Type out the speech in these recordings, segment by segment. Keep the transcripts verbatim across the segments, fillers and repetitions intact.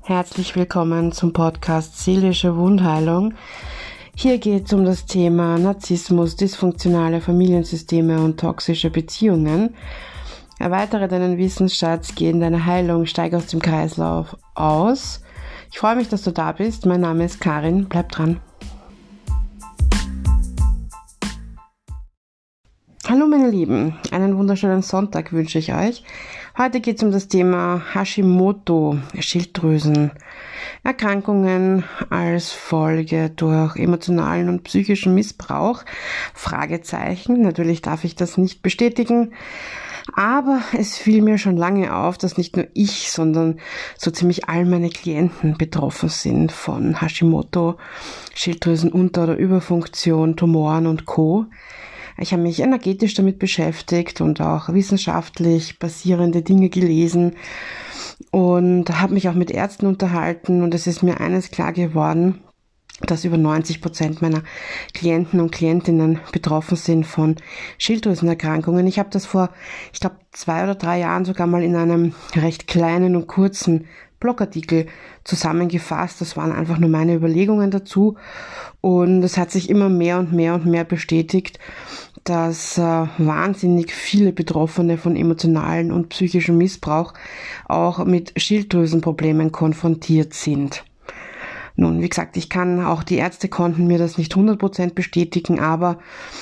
Herzlich willkommen zum Podcast Seelische Wundheilung. Hier geht es um das Thema Narzissmus, dysfunktionale Familiensysteme und toxische Beziehungen. Erweitere deinen Wissensschatz, geh in deine Heilung, steig aus dem Kreislauf aus. Ich freue mich, dass du da bist. Mein Name ist Karin. Bleib dran. Hallo meine Lieben, einen wunderschönen Sonntag wünsche ich euch. Heute geht es um das Thema Hashimoto, Schilddrüsenerkrankungen als Folge durch emotionalen und psychischen Missbrauch. Fragezeichen, natürlich darf ich das nicht bestätigen, aber es fiel mir schon lange auf, dass nicht nur ich, sondern so ziemlich all meine Klienten betroffen sind von Hashimoto, Schilddrüsenunter- oder Überfunktion, Tumoren und Co. Ich habe mich energetisch damit beschäftigt und auch wissenschaftlich basierende Dinge gelesen und habe mich auch mit Ärzten unterhalten, und es ist mir eines klar geworden, dass über neunzig Prozent meiner Klienten und Klientinnen betroffen sind von Schilddrüsenerkrankungen. Ich habe das vor, ich glaube, zwei oder drei Jahren sogar mal in einem recht kleinen und kurzen Blogartikel zusammengefasst. Das waren einfach nur meine Überlegungen dazu, und es hat sich immer mehr und mehr und mehr bestätigt, dass äh, wahnsinnig viele Betroffene von emotionalen und psychischem Missbrauch auch mit Schilddrüsenproblemen konfrontiert sind. Nun, wie gesagt, ich kann, auch die Ärzte konnten mir das nicht hundert Prozent bestätigen, aber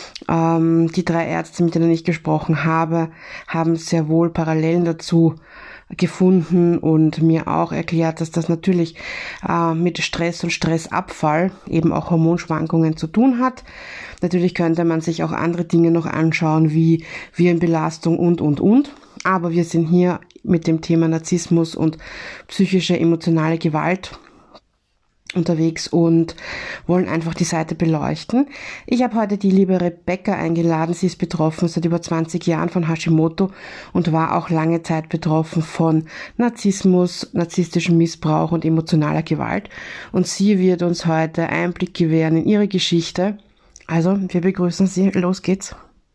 ähm, die drei Ärzte, mit denen ich gesprochen habe, haben sehr wohl Parallelen dazu gefunden und mir auch erklärt, dass das natürlich äh, mit Stress und Stressabfall, eben auch Hormonschwankungen zu tun hat. Natürlich könnte man sich auch andere Dinge noch anschauen, wie Virenbelastung und, und, und. Aber wir sind hier mit dem Thema Narzissmus und psychische emotionale Gewalt unterwegs und wollen einfach die Seite beleuchten. Ich habe heute die liebe Rebecca eingeladen. Sie ist betroffen seit über zwanzig Jahren von Hashimoto und war auch lange Zeit betroffen von Narzissmus, narzisstischem Missbrauch und emotionaler Gewalt. Und sie wird uns heute Einblick gewähren in ihre Geschichte. Also, wir begrüßen Sie. Los geht's.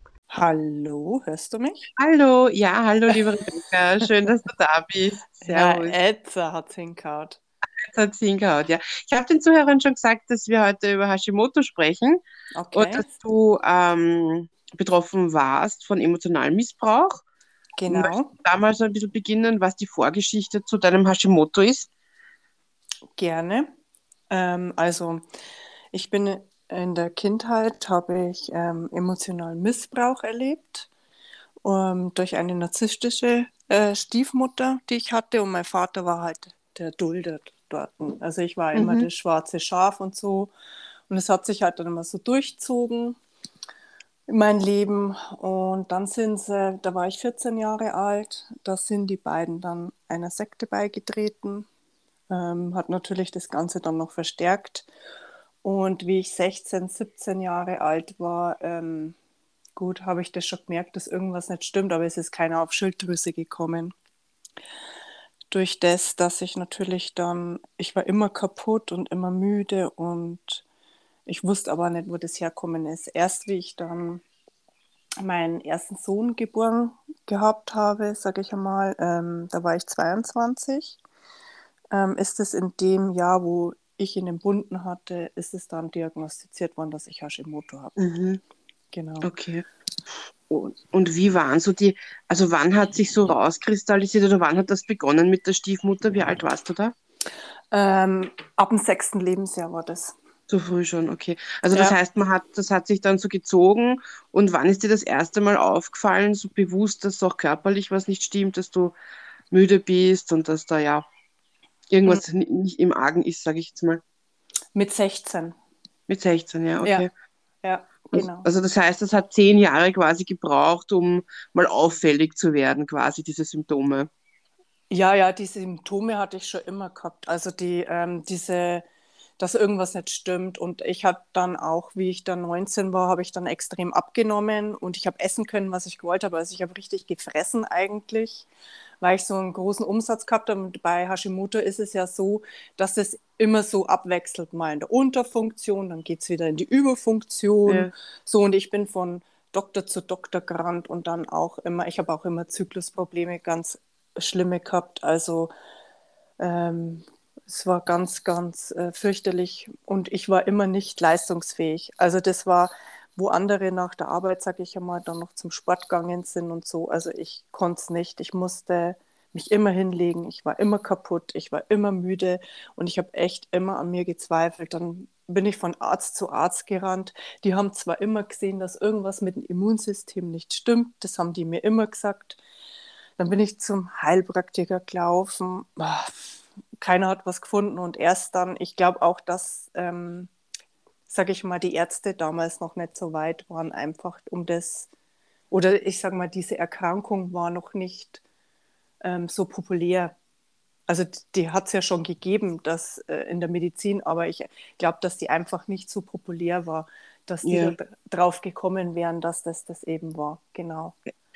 Hallo, hörst du mich? Hallo, ja, hallo liebe Rebecca. Schön, dass du da bist. Ja, Servus. Etza hat's hingehauen. Jetzt hat sie hingehauen, ja. Ich habe den Zuhörern schon gesagt, dass wir heute über Hashimoto sprechen und Okay, dass du ähm, betroffen warst von emotionalem Missbrauch. Möchtest genau, du damals ein bisschen beginnen, was die Vorgeschichte zu deinem Hashimoto ist? gerne. Ähm, also, ich bin in der Kindheit, habe ich ähm, emotionalen Missbrauch erlebt, ähm, durch eine narzisstische äh, Stiefmutter, die ich hatte, und mein Vater war halt der Dulder dort. Also ich war immer Mhm. das schwarze Schaf und so, und es hat sich halt dann immer so durchzogen in mein Leben. Und dann sind sie, da war ich vierzehn Jahre alt, da sind die beiden dann einer Sekte beigetreten, ähm, hat natürlich das Ganze dann noch verstärkt. Und wie ich sechzehn, siebzehn Jahre alt war, ähm, gut, habe ich das schon gemerkt, dass irgendwas nicht stimmt, aber es ist keiner auf Schilddrüse gekommen. Durch das, dass ich natürlich dann, ich war immer kaputt und immer müde, und ich wusste aber nicht, wo das herkommen ist. Erst wie ich dann meinen ersten Sohn geboren gehabt habe, sage ich einmal, ähm, da war ich zweiundzwanzig, ähm, ist es in dem Jahr, wo ich ihn entbunden hatte, ist es dann diagnostiziert worden, dass ich Hashimoto habe. Mhm. Genau. Okay. Und, und wie waren so die, also wann hat sich so rauskristallisiert oder wann hat das begonnen mit der Stiefmutter? Wie alt warst du da? Ähm, ab dem sechsten Lebensjahr war das. So früh schon, okay. Also das Ja, heißt, man hat, das hat sich dann so gezogen. Und wann ist dir das erste Mal aufgefallen, so bewusst, dass auch körperlich was nicht stimmt, dass du müde bist und dass da ja mm, irgendwas ni- nicht im Argen ist, sage ich jetzt mal. mit sechzehn. Mit sechzehn, ja, Ja, okay. ja, Also genau. also das heißt, das hat zehn Jahre quasi gebraucht, um mal auffällig zu werden, quasi diese Symptome. Ja, ja, die Symptome hatte ich schon immer gehabt. Also die, ähm, diese, dass irgendwas nicht stimmt. Und ich habe dann auch, wie ich dann neunzehn war, habe ich dann extrem abgenommen, und ich habe essen können, was ich gewollt habe. Also ich habe richtig gefressen eigentlich, weil ich so einen großen Umsatz gehabt habe. Und bei Hashimoto ist es ja so, dass es immer so abwechselt, mal in der Unterfunktion, dann geht es wieder in die Überfunktion. Ja. So, und ich bin von Doktor zu Doktor gerannt, und dann auch immer, ich habe auch immer Zyklusprobleme, ganz schlimme gehabt. Also ähm, Es war ganz, ganz äh, fürchterlich und ich war immer nicht leistungsfähig. Also das war, wo andere nach der Arbeit, sage ich einmal, dann noch zum Sport gegangen sind und so. Also ich konnte es nicht. Ich musste mich immer hinlegen. Ich war immer kaputt. Ich war immer müde und ich habe echt immer an mir gezweifelt. Dann bin ich von Arzt zu Arzt gerannt. Die haben zwar immer gesehen, dass irgendwas mit dem Immunsystem nicht stimmt. Das haben die mir immer gesagt. Dann bin ich zum Heilpraktiker gelaufen. Ah, keiner hat was gefunden und erst dann, ich glaube auch, dass, ähm, sage ich mal, die Ärzte damals noch nicht so weit waren, einfach um das, oder ich sage mal, diese Erkrankung war noch nicht ähm, so populär. Also die hat es ja schon gegeben, dass äh, in der Medizin, aber ich glaube, dass die einfach nicht so populär war, dass die da Ja. d- drauf gekommen wären, dass das das eben war. Genau.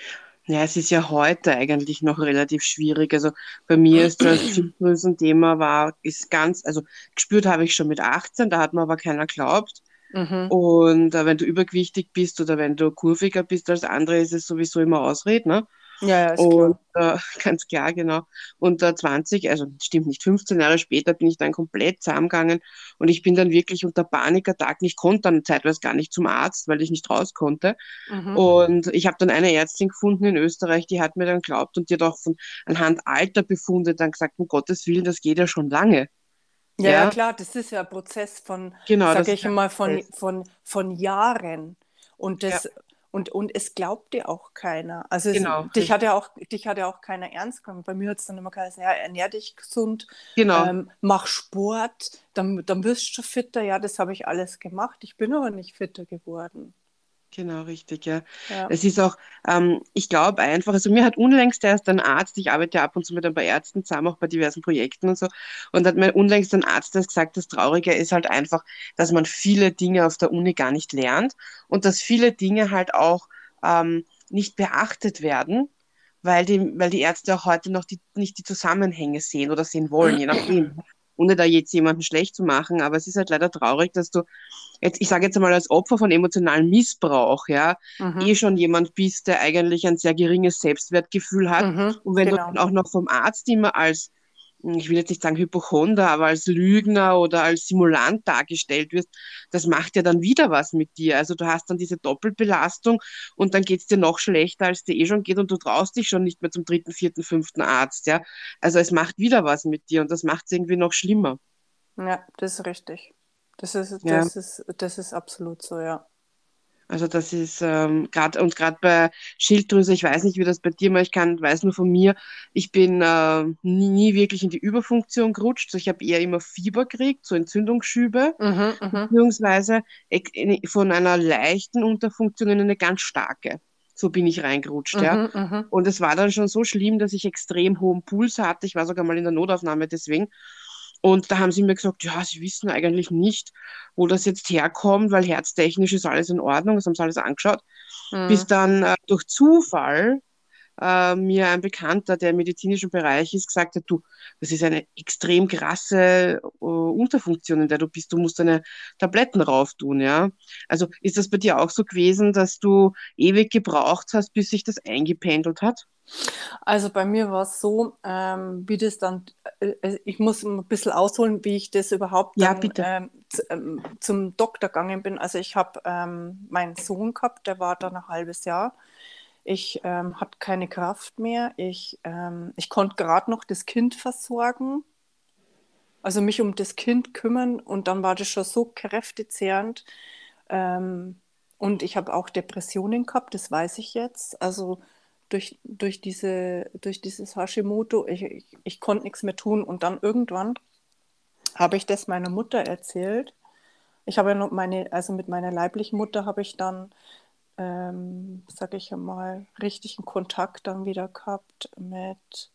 Ja, es ist ja heute eigentlich noch relativ schwierig. Also bei mir ist das Schilddrüsenthema war, ist ganz, also gespürt habe ich schon mit achtzehn, da hat mir aber keiner geglaubt. Mhm. Und äh, wenn du übergewichtig bist oder wenn du kurviger bist als andere, ist es sowieso immer Ausrede, ne? Ja, ja, ist Und klar. äh, ganz klar, genau. Und äh, zwanzig, also stimmt nicht, fünfzehn Jahre später bin ich dann komplett zusammengegangen und ich bin dann wirklich unter Panikattacken, ich konnte dann zeitweise gar nicht zum Arzt, weil ich nicht raus konnte. Mhm. Und ich habe dann eine Ärztin gefunden in Österreich, die hat mir dann geglaubt und die hat auch von anhand alter Befunde dann gesagt, um Gottes Willen, das geht ja schon lange. Ja, ja, Ja, klar, das ist ja ein Prozess von, genau, das sage ist ich ein mal, von, Prozess. von, von Jahren. Und Ja, das, und, und es glaubt dir auch keiner. Also es, genau, dich hat richtig. ja auch, dich hat ja auch keiner ernst genommen. Bei mir hat es dann immer geheißen, ja, ernähr dich gesund, Genau. ähm, mach Sport, dann, dann wirst du fitter. Ja, das habe ich alles gemacht. Ich bin aber nicht fitter geworden. Genau, richtig, ja. Ja. Es ist auch, ähm, ich glaube einfach, also mir hat unlängst erst ein Arzt, ich arbeite ja ab und zu mit ein paar Ärzten zusammen, auch bei diversen Projekten und so, und hat mir unlängst ein Arzt das gesagt, das Traurige ist halt einfach, dass man viele Dinge auf der Uni gar nicht lernt und dass viele Dinge halt auch ähm, nicht beachtet werden, weil die, weil die Ärzte auch heute noch die, nicht die Zusammenhänge sehen oder sehen wollen, je nachdem. Ohne da jetzt jemanden schlecht zu machen, aber es ist halt leider traurig, dass du jetzt, ich sage jetzt einmal als Opfer von emotionalem Missbrauch, ja, Mhm. eh schon jemand bist, der eigentlich ein sehr geringes Selbstwertgefühl hat. Mhm. Und wenn du Genau. dann auch noch vom Arzt immer als, hm, ich will jetzt nicht sagen Hypochonder, aber als Lügner oder als Simulant dargestellt wirst, das macht ja dann wieder was mit dir. Also du hast dann diese Doppelbelastung und dann geht's dir noch schlechter, als dir eh schon geht und du traust dich schon nicht mehr zum dritten, vierten, fünften Arzt, ja. Also es macht wieder was mit dir und das macht es irgendwie noch schlimmer. Ja, das ist richtig. Das ist, Ja. das ist, das ist absolut so, ja. Also das ist ähm, gerade und gerade bei Schilddrüse, ich weiß nicht, wie das bei dir mal, ich kann, weiß nur von mir, ich bin äh, nie, nie wirklich in die Überfunktion gerutscht. So, ich habe eher immer Fieber gekriegt, so Entzündungsschübe, Mhm. Mhm. beziehungsweise ex- in- von einer leichten Unterfunktion in eine ganz starke. So bin ich reingerutscht, ja. Mhm. Mhm. Und es war dann schon so schlimm, dass ich extrem hohen Puls hatte. Ich war sogar mal in der Notaufnahme deswegen. Und da haben sie mir gesagt, ja, sie wissen eigentlich nicht, wo das jetzt herkommt, weil herztechnisch ist alles in Ordnung, das haben sie alles angeschaut. Bis Mhm. dann äh, durch Zufall äh, mir ein Bekannter, der im medizinischen Bereich ist, gesagt hat, du, das ist eine extrem krasse äh, Unterfunktion, in der du bist, du musst deine Tabletten rauf tun, ja. Also ist das bei dir auch so gewesen, dass du ewig gebraucht hast, bis sich das eingependelt hat? Also bei mir war es so, ähm, wie das dann, äh, äh, ich muss ein bisschen ausholen, wie ich das überhaupt Ja, dann bitte. ähm, z- ähm, zum Doktor gegangen bin. Also ich habe ähm, meinen Sohn gehabt, der war dann ein halbes Jahr. Ich ähm, hatte keine Kraft mehr. Ich, ähm, ich konnte gerade noch das Kind versorgen, also mich um das Kind kümmern und dann war das schon so kräftezehrend. Ähm, und ich habe auch Depressionen gehabt, das weiß ich jetzt. Also durch, durch, diese, durch dieses Hashimoto, ich, ich, ich konnte nichts mehr tun. Und dann irgendwann habe ich das meiner Mutter erzählt. Ich habe ja noch meine, also mit meiner leiblichen Mutter habe ich dann, ähm, sage ich mal, richtigen Kontakt dann wieder gehabt mit,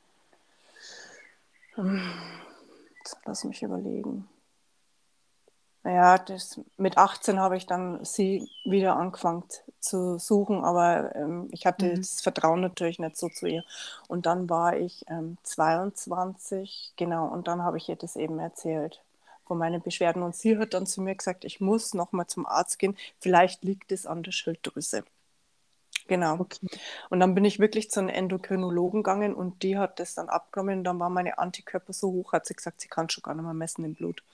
lass mich überlegen. Ja, das, mit achtzehn habe ich dann sie wieder angefangen zu suchen, aber ähm, ich hatte Mhm. das Vertrauen natürlich nicht so zu ihr. Und dann war ich ähm, zweiundzwanzig, genau, und dann habe ich ihr das eben erzählt von meinen Beschwerden. Und sie hat dann zu mir gesagt, ich muss nochmal zum Arzt gehen, vielleicht liegt es an der Schilddrüse. Genau. Okay. Und dann bin ich wirklich zu einem Endokrinologen gegangen und die hat das dann abgenommen. Und dann waren meine Antikörper so hoch, hat sie gesagt, sie kann schon gar nicht mehr messen im Blut.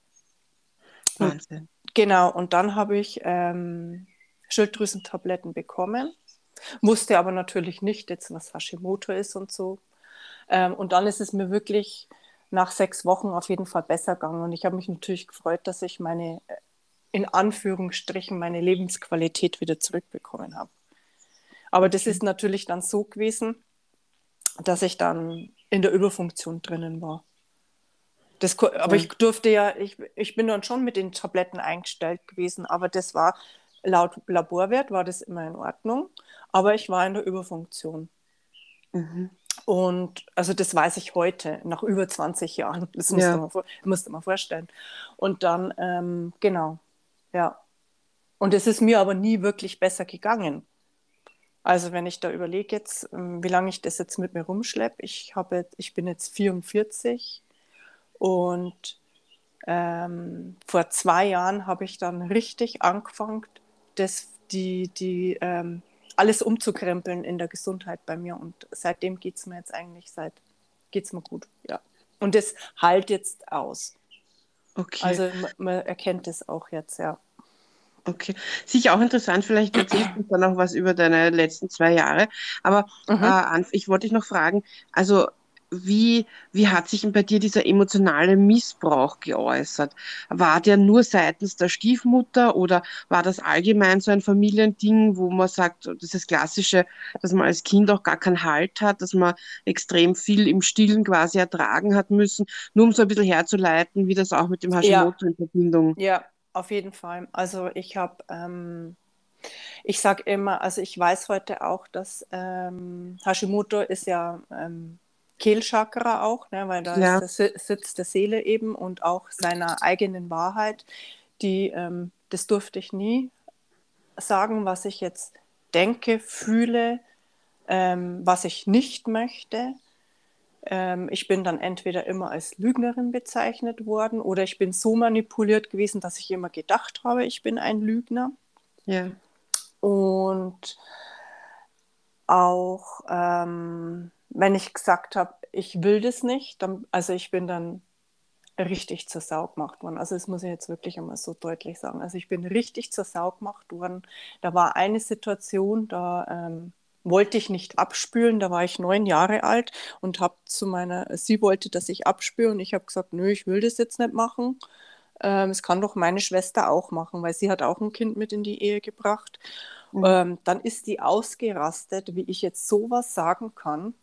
Und Wahnsinn. genau, und dann habe ich ähm, Schilddrüsentabletten bekommen, wusste aber natürlich nicht jetzt, was Hashimoto ist und so. Ähm, und dann ist es mir wirklich nach sechs Wochen auf jeden Fall besser gegangen. Und ich habe mich natürlich gefreut, dass ich meine, äh, in Anführungsstrichen, meine Lebensqualität wieder zurückbekommen habe. Aber das Okay. ist natürlich dann so gewesen, dass ich dann in der Überfunktion drinnen war. Das, aber Ja. ich durfte ja, ich, ich bin dann schon mit den Tabletten eingestellt gewesen, aber das war laut Laborwert war das immer in Ordnung, aber ich war in der Überfunktion. Mhm. Und also das weiß ich heute, nach über zwanzig Jahren. Das musst du Ja. mal, vor, musst du mal vorstellen. Und dann, ähm, genau, ja. Und es ist mir aber nie wirklich besser gegangen. Also wenn ich da überlege jetzt, ähm, wie lange ich das jetzt mit mir rumschleppe, ich habe, ich bin jetzt vierundvierzig und ähm, vor zwei Jahren habe ich dann richtig angefangen, das, die, die, ähm, alles umzukrempeln in der Gesundheit bei mir. Und seitdem geht es mir jetzt eigentlich, seit geht es mir gut, ja. Und das halt jetzt aus. Okay. Also man, man erkennt es auch jetzt, ja. Okay. Sicher auch interessant, vielleicht erzählst du uns dann noch was über deine letzten zwei Jahre. Aber äh, Mhm. Anf- ich wollte dich noch fragen, also wie, wie hat sich denn bei dir dieser emotionale Missbrauch geäußert? War der nur seitens der Stiefmutter oder war das allgemein so ein Familiending, wo man sagt, das ist das Klassische, dass man als Kind auch gar keinen Halt hat, dass man extrem viel im Stillen quasi ertragen hat müssen, nur um so ein bisschen herzuleiten, wie das auch mit dem Ja, Hashimoto in Verbindung. ja, auf jeden Fall. Also ich habe, ähm, ich sage immer, also ich weiß heute auch, dass ähm, Hashimoto ist ja ähm, Kehlchakra auch, ne, weil da ist Ja. der Si- Sitz der Seele eben und auch seiner eigenen Wahrheit. Die, ähm, das durfte ich nie sagen, was ich jetzt denke, fühle, ähm, was ich nicht möchte. Ähm, ich bin dann entweder immer als Lügnerin bezeichnet worden oder ich bin so manipuliert gewesen, dass ich immer gedacht habe, ich bin ein Lügner. Ja. Und auch ähm, wenn ich gesagt habe, ich will das nicht, dann, also ich bin dann richtig zur Sau gemacht worden. Also das muss ich jetzt wirklich einmal so deutlich sagen. Also ich bin richtig zur Sau gemacht worden. Da war eine Situation, da ähm, wollte ich nicht abspülen, da war ich neun Jahre alt und habe zu meiner, sie wollte, dass ich abspüle und ich habe gesagt, nö, ich will das jetzt nicht machen. Ähm, es kann doch meine Schwester auch machen, weil sie hat auch ein Kind mit in die Ehe gebracht. Mhm. Ähm, dann ist die ausgerastet, wie ich jetzt sowas sagen kann.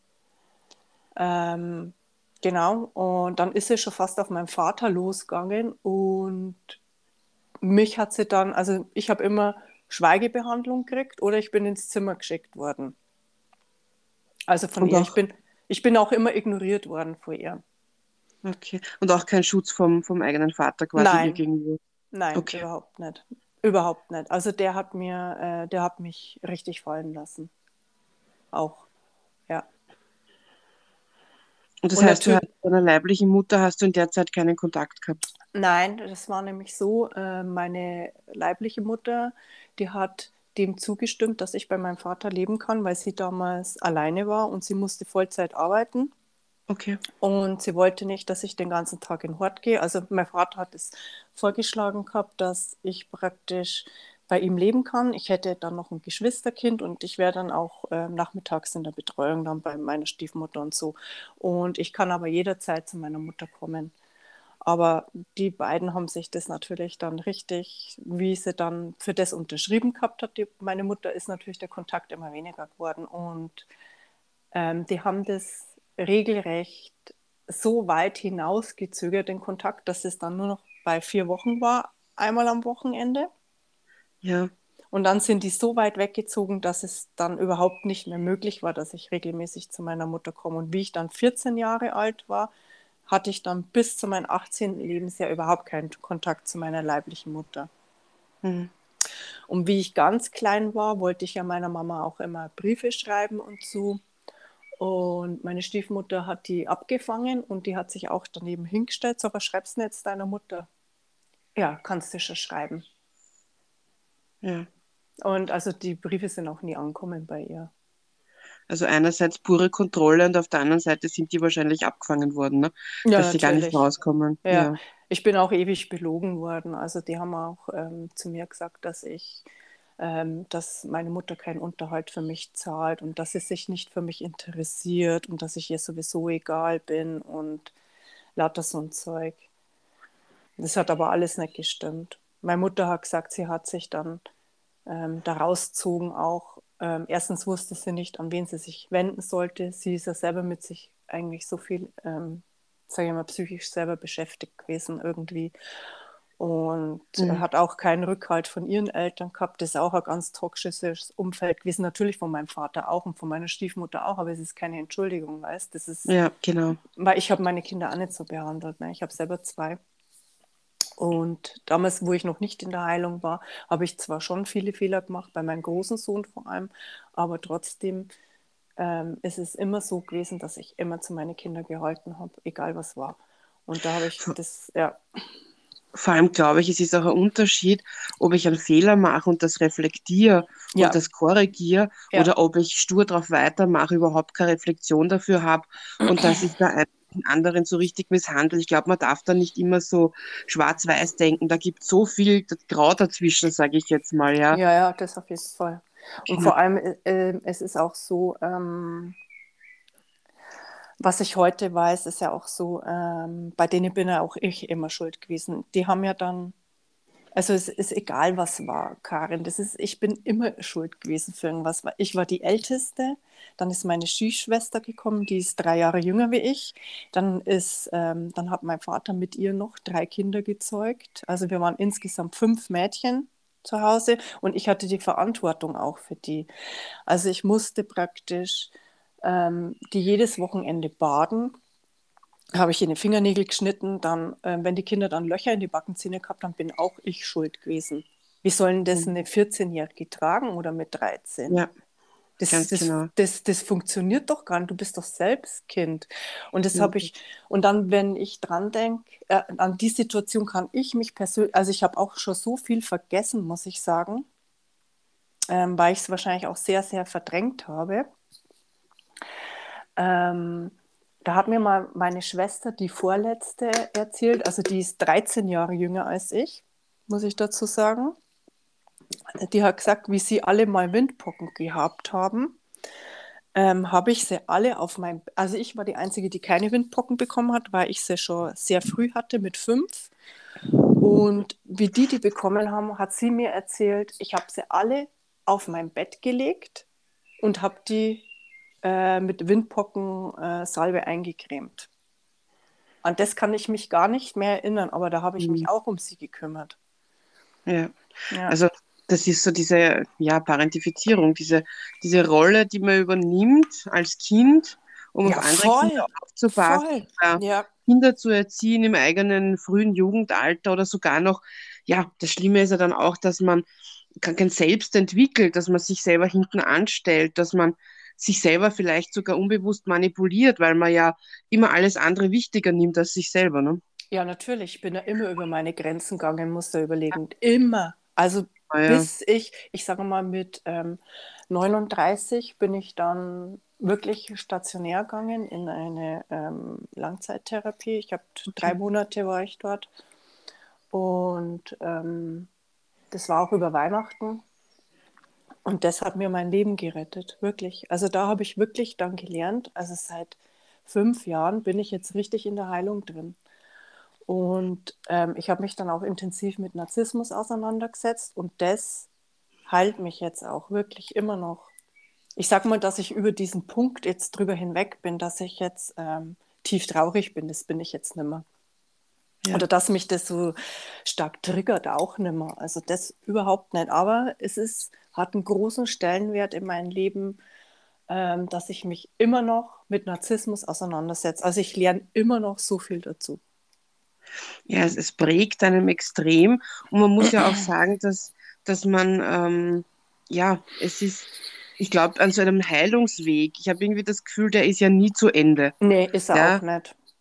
Ähm, genau, und dann ist sie schon fast auf meinen Vater losgegangen und mich hat sie dann, also ich habe immer Schweigebehandlung gekriegt oder ich bin ins Zimmer geschickt worden. Also von Und ihr. Ich auch, bin, ich bin auch immer ignoriert worden von ihr. okay. Und auch kein Schutz vom, vom eigenen Vater quasi ihr Nein, gegenüber. nein, Okay. überhaupt nicht. Überhaupt nicht. Also der hat mir, äh, der hat mich richtig fallen lassen. Auch, ja. Und das Und heißt, du hast natürlich, mit deiner leiblichen Mutter hast du in der Zeit keinen Kontakt gehabt. nein, das war nämlich so, äh, meine leibliche Mutter, die hat dem zugestimmt, dass ich bei meinem Vater leben kann, weil sie damals alleine war und sie musste Vollzeit arbeiten. Okay. Und sie wollte nicht, dass ich den ganzen Tag in Hort gehe. Also mein Vater hat es vorgeschlagen gehabt, dass ich praktisch bei ihm leben kann. Ich hätte dann noch ein Geschwisterkind und ich wäre dann auch äh, nachmittags in der Betreuung dann bei meiner Stiefmutter und so. Und ich kann aber jederzeit zu meiner Mutter kommen. Aber die beiden haben sich das natürlich dann richtig, wie sie dann für das unterschrieben gehabt hat. Die, meine Mutter ist natürlich der Kontakt immer weniger geworden. Und ähm, die haben das regelrecht so weit hinausgezögert, den Kontakt, dass es dann nur noch bei vier Wochen war, einmal am Wochenende. Ja. Und dann sind die so weit weggezogen, dass es dann überhaupt nicht mehr möglich war, dass ich regelmäßig zu meiner Mutter komme. Und wie ich dann vierzehn Jahre alt war, hatte ich dann bis zu meinem achtzehnten. Lebensjahr überhaupt keinen Kontakt zu meiner leiblichen Mutter. Mhm. Und wie ich ganz klein war, wollte ich ja meiner Mama auch immer Briefe schreiben und so. Und meine Stiefmutter hat die abgefangen und die hat sich auch daneben hingestellt. So, was schreibst du jetzt deiner Mutter? Ja, kannst du schon schreiben. Ja. Und also die Briefe sind auch nie angekommen bei ihr. Also einerseits pure Kontrolle und auf der anderen Seite sind die wahrscheinlich abgefangen worden, ne? Ja, Dass sie gar nicht natürlich. rauskommen. Ja, Ja. ich bin auch ewig belogen worden. Also die haben auch ähm, zu mir gesagt, dass ich, ähm, dass meine Mutter keinen Unterhalt für mich zahlt und dass sie sich nicht für mich interessiert und dass ich ihr sowieso egal bin und lauter so ein Zeug. Das hat aber alles nicht gestimmt. Meine Mutter hat gesagt, sie hat sich dann ähm, da rausgezogen auch. Ähm, erstens wusste sie nicht, an wen sie sich wenden sollte. Sie ist ja selber mit sich eigentlich so viel, ähm, sage ich mal, psychisch selber beschäftigt gewesen irgendwie. Und äh, Mhm. hat auch keinen Rückhalt von ihren Eltern gehabt. Das ist auch ein ganz toxisches Umfeld gewesen. Natürlich von meinem Vater auch und von meiner Stiefmutter auch, aber es ist keine Entschuldigung, weißt. Das ist, Ja, genau. weil ich habe meine Kinder auch nicht so behandelt. Ne? Ich habe selber zwei. Und damals, wo ich noch nicht in der Heilung war, habe ich zwar schon viele Fehler gemacht, bei meinem großen Sohn vor allem, aber trotzdem ähm, ist es immer so gewesen, dass ich immer zu meinen Kindern gehalten habe, egal was war. Und da habe ich Vor, das, ja, vor allem glaube ich, es ist auch ein Unterschied, ob ich einen Fehler mache und das reflektiere und ja, das korrigiere ja, oder ob ich stur drauf weitermache, überhaupt keine Reflexion dafür habe und dass ich da einfach den anderen so richtig misshandle. Ich glaube, man darf da nicht immer so schwarz-weiß denken. Da gibt es so viel Grau dazwischen, sage ich jetzt mal, ja. ja, ja, das auf jeden Fall. Und Genau. vor allem, äh, äh, es ist auch so, ähm, was ich heute weiß, ist ja auch so, ähm, bei denen bin ja auch ich immer schuld gewesen. Die haben ja dann. Also es ist egal, was war, Karin. Das ist, ich bin immer schuld gewesen für irgendwas. Ich war die Älteste, dann ist meine Stiefschwester gekommen, die ist drei Jahre jünger wie ich. Dann ist, ähm, dann hat mein Vater mit ihr noch drei Kinder gezeugt. Also wir waren insgesamt fünf Mädchen zu Hause und ich hatte die Verantwortung auch für die. Also ich musste praktisch ähm, die jedes Wochenende baden, habe ich in den Fingernägel geschnitten, dann, äh, wenn die Kinder dann Löcher in die Backenzähne gehabt haben, bin auch ich schuld gewesen. Wie sollen das Mhm. eine vierzehn-Jährige tragen oder mit dreizehn? Ja, Das, ganz das, genau. das, das funktioniert doch gar nicht. Du bist doch selbst Kind. Und das Ja. habe ich, und dann, wenn ich dran denke, äh, an die Situation kann ich mich persönlich, also ich habe auch schon so viel vergessen, muss ich sagen, ähm, weil ich es wahrscheinlich auch sehr, sehr verdrängt habe. Ähm, Da hat mir mal meine Schwester, die vorletzte, erzählt, also die ist dreizehn Jahre jünger als ich, muss ich dazu sagen. Die hat gesagt, wie sie alle mal Windpocken gehabt haben, ähm, habe ich sie alle auf meinem, also ich war die Einzige, die keine Windpocken bekommen hat, weil ich sie schon sehr früh hatte, mit fünf. Und wie die die bekommen haben, hat sie mir erzählt, ich habe sie alle auf mein Bett gelegt und habe die äh, mit Windpockensalbe äh, eingecremt. An das kann ich mich gar nicht mehr erinnern, aber da habe ich Mhm. mich auch um sie gekümmert. Ja. Ja, Also das ist so diese, ja, Parentifizierung, diese, diese Rolle, die man übernimmt als Kind, um auf ja, andere Kinder voll, aufzupassen, voll. oder Ja, Kinder zu erziehen im eigenen frühen Jugendalter oder sogar noch, ja, das Schlimme ist ja dann auch, dass man kein kein Selbst entwickelt, dass man sich selber hinten anstellt, dass man sich selber vielleicht sogar unbewusst manipuliert, weil man ja immer alles andere wichtiger nimmt als sich selber, ne? ja, natürlich. Ich bin da immer über meine Grenzen gegangen, muss da überlegen. Immer. Also Ah, ja. bis ich, ich sage mal, mit ähm, neununddreißig bin ich dann wirklich stationär gegangen in eine ähm, Langzeittherapie. Ich habe drei Okay. Monate war ich dort und ähm, das war auch über Weihnachten. Und das hat mir mein Leben gerettet, wirklich. Also da habe ich wirklich dann gelernt, also seit fünf Jahren bin ich jetzt richtig in der Heilung drin. Und ähm, ich habe mich dann auch intensiv mit Narzissmus auseinandergesetzt und das heilt mich jetzt auch wirklich immer noch. Ich sage mal, dass ich über diesen Punkt jetzt drüber hinweg bin, dass ich jetzt ähm, tief traurig bin, das bin ich jetzt nicht mehr. Ja. Oder dass mich das so stark triggert, auch nicht mehr. Also das überhaupt nicht. Aber es ist, hat einen großen Stellenwert in meinem Leben, ähm, dass ich mich immer noch mit Narzissmus auseinandersetze. Also ich lerne immer noch so viel dazu. Ja, es, es prägt einem extrem und man muss ja auch sagen, dass, dass man, ähm, ja, es ist, ich glaube, an so einem Heilungsweg, ich habe irgendwie das Gefühl, der ist ja nie zu Ende. Nee, ist er auch Ja, nicht.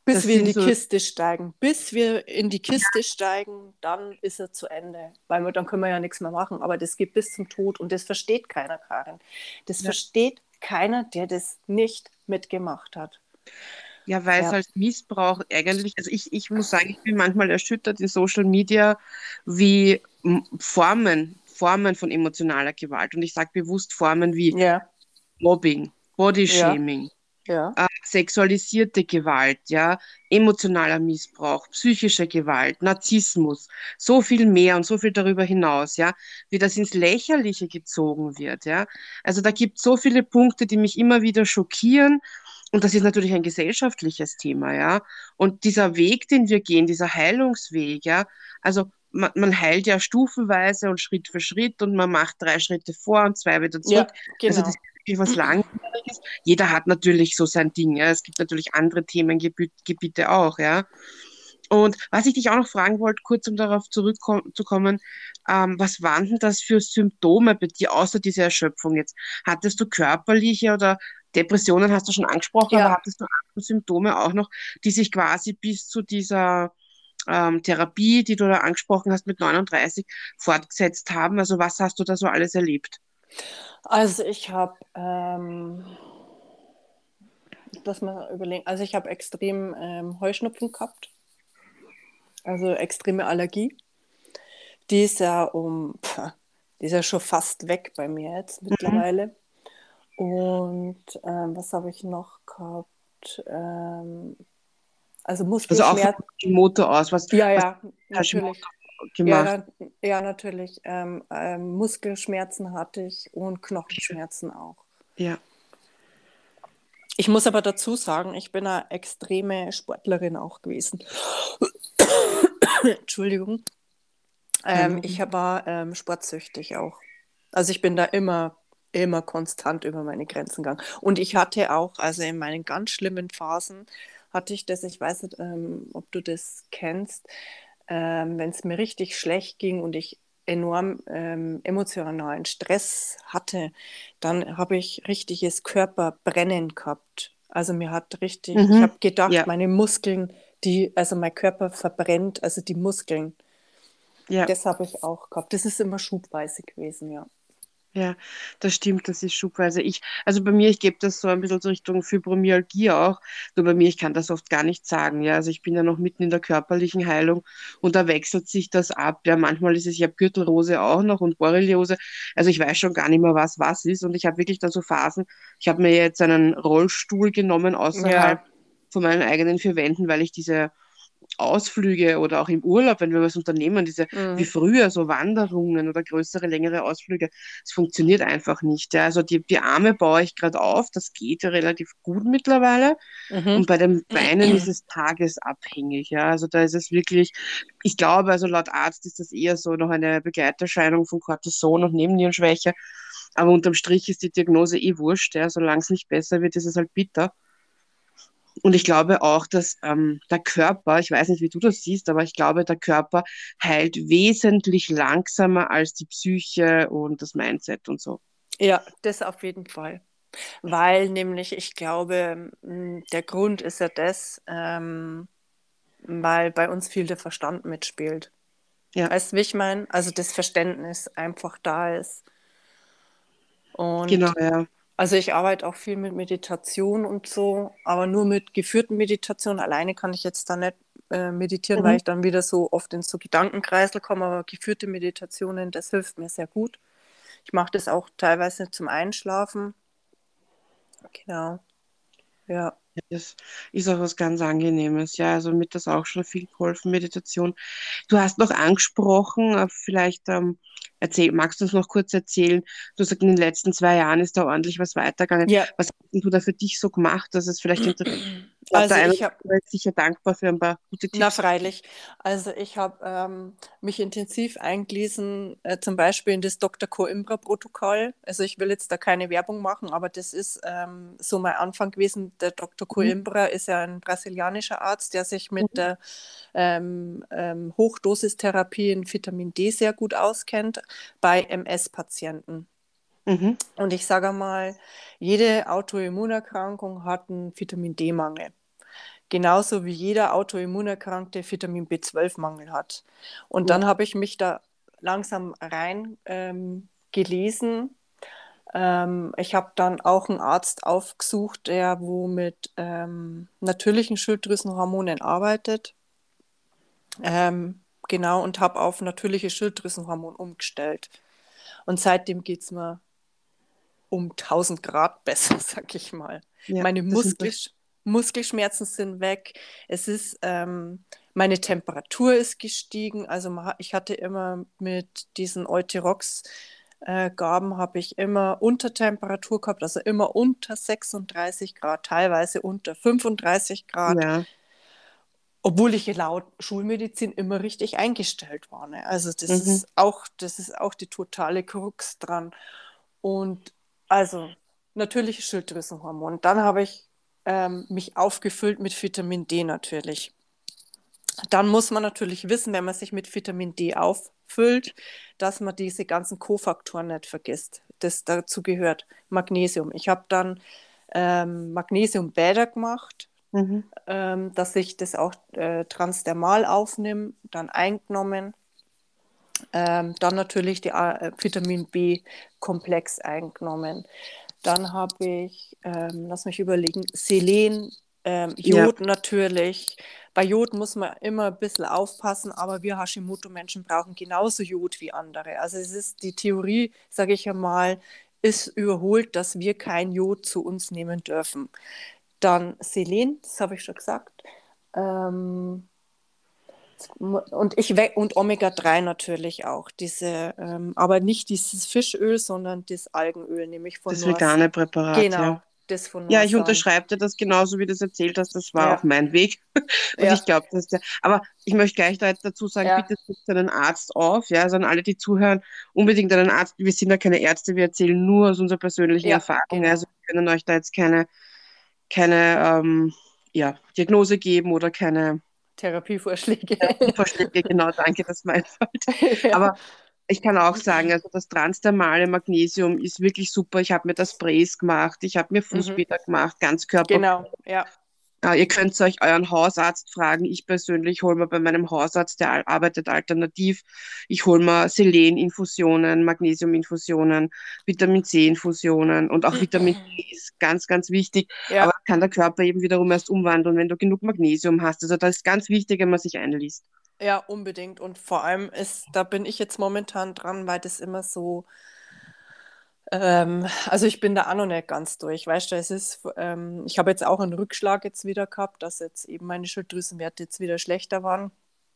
Bis Das wir in sind die so, Kiste steigen. Bis wir in die Kiste steigen, dann ist er zu Ende. Weil wir, dann können wir ja nichts mehr machen. Aber das geht bis zum Tod und das versteht keiner, Karin. Das ja, versteht keiner, der das nicht mitgemacht hat. ja, weil es Ja, als Missbrauch eigentlich, also ich, ich muss sagen, ich bin manchmal erschüttert in Social Media, wie m, Formen, Formen von emotionaler Gewalt. Und ich sage bewusst Formen wie ja, Mobbing, ja, Bodyshaming, ja, äh, sexualisierte Gewalt, ja, emotionaler Missbrauch, psychische Gewalt, Narzissmus, so viel mehr und so viel darüber hinaus, ja, wie das ins Lächerliche gezogen wird, ja. Also da gibt es so viele Punkte, die mich immer wieder schockieren. Und das ist natürlich ein gesellschaftliches Thema, ja. Und dieser Weg, den wir gehen, dieser Heilungsweg, ja, also man, man heilt ja stufenweise und Schritt für Schritt und man macht drei Schritte vor und zwei wieder ja, zurück. Also das genau. ist wirklich was Langwieriges. Jeder hat natürlich so sein Ding, ja. Es gibt natürlich andere Themengebiete auch, ja. Und was ich dich auch noch fragen wollte, kurz um darauf zurückzukommen, ähm, was waren denn das für Symptome bei dir, außer dieser Erschöpfung jetzt? Hattest du körperliche oder Depressionen hast du schon angesprochen, aber Ja, hattest du andere Symptome auch noch, die sich quasi bis zu dieser ähm, Therapie, die du da angesprochen hast, mit neununddreißig fortgesetzt haben? Also was hast du da so alles erlebt? also ich habe, ähm, lass mal überlegen, also ich habe extrem ähm, Heuschnupfen gehabt, also extreme Allergie. Die ist ja um, pff, die ist ja schon fast weg bei mir jetzt Mhm. mittlerweile. Und ähm, was habe ich noch gehabt? Ähm, also Also auch von Muskelschmerz. Hashimoto aus, was, Ja, was ja, hat Hashimoto natürlich. Ja, gemacht? na, ja, natürlich. Ähm, ähm, Muskelschmerzen hatte ich und Knochenschmerzen auch. Ja. Ich muss aber dazu sagen, ich bin eine extreme Sportlerin auch gewesen. Entschuldigung. Kein Ähm, ich Problem. war ähm, sportsüchtig auch. Also ich bin da immer, immer konstant über meine Grenzen gegangen. Und ich hatte auch, also in meinen ganz schlimmen Phasen, hatte ich das, ich weiß nicht, ähm, ob du das kennst, ähm, wenn es mir richtig schlecht ging und ich enorm ähm, emotionalen Stress hatte, dann habe ich richtiges Körperbrennen gehabt. Also mir hat richtig, ich Mhm. habe gedacht, Ja, meine Muskeln, die, also mein Körper verbrennt, also die Muskeln. ja. Das habe ich auch gehabt. Das ist immer schubweise gewesen, ja. Ja, das stimmt, das ist schubweise. Ich, also bei mir, ich gebe das so ein bisschen so Richtung Fibromyalgie auch. Nur bei mir, ich kann das oft gar nicht sagen. Ja, also ich bin ja noch mitten in der körperlichen Heilung und da wechselt sich das ab. Ja, manchmal ist es, ich habe Gürtelrose auch noch und Borreliose. Also ich weiß schon gar nicht mehr, was was ist. Und ich habe wirklich dann so Phasen. Ich habe mir jetzt einen Rollstuhl genommen außerhalb Ja, von meinen eigenen vier Wänden, weil ich diese Ausflüge oder auch im Urlaub, wenn wir was unternehmen, diese wie mm, früher so Wanderungen oder größere, längere Ausflüge, es funktioniert einfach nicht. Ja. Also die, die Arme baue ich gerade auf, das geht ja relativ gut mittlerweile. Und mhm. bei den Beinen ist es tagesabhängig. Ja. Also da ist es wirklich, ich glaube, also laut Arzt ist das eher so noch eine Begleiterscheinung von Cortison und Nebennierenschwäche. Aber unterm Strich ist die Diagnose eh wurscht. Ja. Solange es nicht besser wird, ist es halt bitter. Und ich glaube auch, dass ähm, der Körper, ich weiß nicht, wie du das siehst, aber ich glaube, der Körper heilt wesentlich langsamer als die Psyche und das Mindset und so. Ja, das auf jeden Fall. Weil nämlich, ich glaube, mm, der Grund ist ja das, ähm, weil bei uns viel der Verstand mitspielt. Ja, Weißt du, wie ich meine? Also das Verständnis einfach da ist. genau, Und ja. also ich arbeite auch viel mit Meditation und so, aber nur mit geführten Meditationen. Alleine kann ich jetzt da nicht äh, meditieren, weil Mhm. ich dann wieder so oft in so Gedankenkreisel komme. Aber geführte Meditationen, das hilft mir sehr gut. Ich mache das auch teilweise zum Einschlafen. Genau, ja. Ja, das ist auch was ganz Angenehmes. Ja, also mir hat das auch schon viel geholfen, Meditation. Du hast noch angesprochen, äh, vielleicht ähm, erzähl, magst du uns noch kurz erzählen? Du hast gesagt, in den letzten zwei Jahren ist da ordentlich was weitergegangen. Ja, Was hast denn du da für dich so gemacht, dass es vielleicht inter- ich glaube, der also eine ich oder habe andere ist sicher dankbar für ein paar gute Na, Tipps. freilich. Also ich habe ähm, mich intensiv eingelesen, äh, zum Beispiel in das Doktor Coimbra-Protokoll. Also ich will jetzt da keine Werbung machen, aber das ist ähm, so mein Anfang gewesen. Der Doktor Mhm. Coimbra ist ja ein brasilianischer Arzt, der sich mit Mhm. der ähm, ähm, Hochdosistherapie in Vitamin D sehr gut auskennt bei M S-Patienten. Mhm. Und ich sage mal, jede Autoimmunerkrankung hat einen Vitamin D-Mangel. genauso wie jeder Autoimmunerkrankte Vitamin B zwölf Mangel hat. Und Ja. dann habe ich mich da langsam rein ähm, gelesen. Ähm, ich habe dann auch einen Arzt aufgesucht, der wo mit ähm, natürlichen Schilddrüsenhormonen arbeitet. Ähm, genau, und habe auf natürliche Schilddrüsenhormon umgestellt. Und seitdem geht es mir um tausend Grad besser, sag ich mal. Ja, Meine das sind Muskel, Muskelschmerzen sind weg. Es ist, ähm, meine Temperatur ist gestiegen. Also ma- ich hatte immer mit diesen Euthyrox äh, Gaben habe ich immer Untertemperatur gehabt, also immer unter sechsunddreißig Grad, teilweise unter fünfunddreißig Grad, ja. obwohl ich laut Schulmedizin immer richtig eingestellt war. Ne? Also das Mhm. ist auch, das ist auch die totale Krux dran. Und also natürliche Schilddrüsenhormone. Dann habe ich ähm, mich aufgefüllt mit Vitamin D natürlich. Dann muss man natürlich wissen, wenn man sich mit Vitamin D auffüllt, dass man diese ganzen Kofaktoren nicht vergisst. Das dazu gehört Magnesium. Ich habe dann ähm, Magnesiumbäder gemacht, Mhm. ähm, dass ich das auch äh, transdermal aufnehme, dann eingenommen. Ähm, dann natürlich die äh, Vitamin B-Komplex eingenommen. Dann habe ich, ähm, lass mich überlegen, Selen, ähm, Ja, Jod natürlich. Bei Jod muss man immer ein bisschen aufpassen, aber wir Hashimoto-Menschen brauchen genauso Jod wie andere. Also es ist die Theorie, sage ich einmal, ist überholt, dass wir kein Jod zu uns nehmen dürfen. Dann Selen, das habe ich schon gesagt. Ähm, und ich we und Omega drei natürlich auch. Diese, ähm, aber nicht dieses Fischöl, sondern das Algenöl, nämlich von das Norsan. vegane Präparat, ja. Genau, das von Ja, ich Norsan. unterschreibe dir das genauso, wie du es erzählt hast. Das war auch Ja, mein Weg. Und ja, ich glaube, dass der, aber ich möchte gleich da jetzt dazu sagen, ja, bitte sucht einen Arzt auf, ja, also an alle, die zuhören, unbedingt einen Arzt. Wir sind ja keine Ärzte, wir erzählen nur aus unserer persönlichen ja, Erfahrung. Ja, also genau. wir können euch da jetzt keine, keine, ähm, ja, Diagnose geben oder keine Therapievorschläge. Therapievorschläge. Genau, danke, das ist mein Fall. Ja. Aber ich kann auch sagen, also das transdermale Magnesium ist wirklich super. Ich habe mir das Sprays gemacht, ich habe mir Mhm. Fußbäder gemacht, Ganzkörper. Genau, ja. Äh, ihr könnt euch euren Hausarzt fragen. Ich persönlich hole mir bei meinem Hausarzt, der al- arbeitet alternativ, ich hole mir Seleninfusionen, Magnesiuminfusionen, Vitamin C-Infusionen und auch Vitamin D ist ganz, ganz wichtig. Aber Ja, das kann der Körper eben wiederum erst umwandeln, wenn du genug Magnesium hast. Also das ist ganz wichtig, wenn man sich einliest. ja, unbedingt. Und vor allem ist, da bin ich jetzt momentan dran, weil das immer so. Ähm, also ich bin da auch noch nicht ganz durch, weißt du, es ist, ähm, ich habe jetzt auch einen Rückschlag jetzt wieder gehabt, dass jetzt eben meine Schilddrüsenwerte jetzt wieder schlechter waren.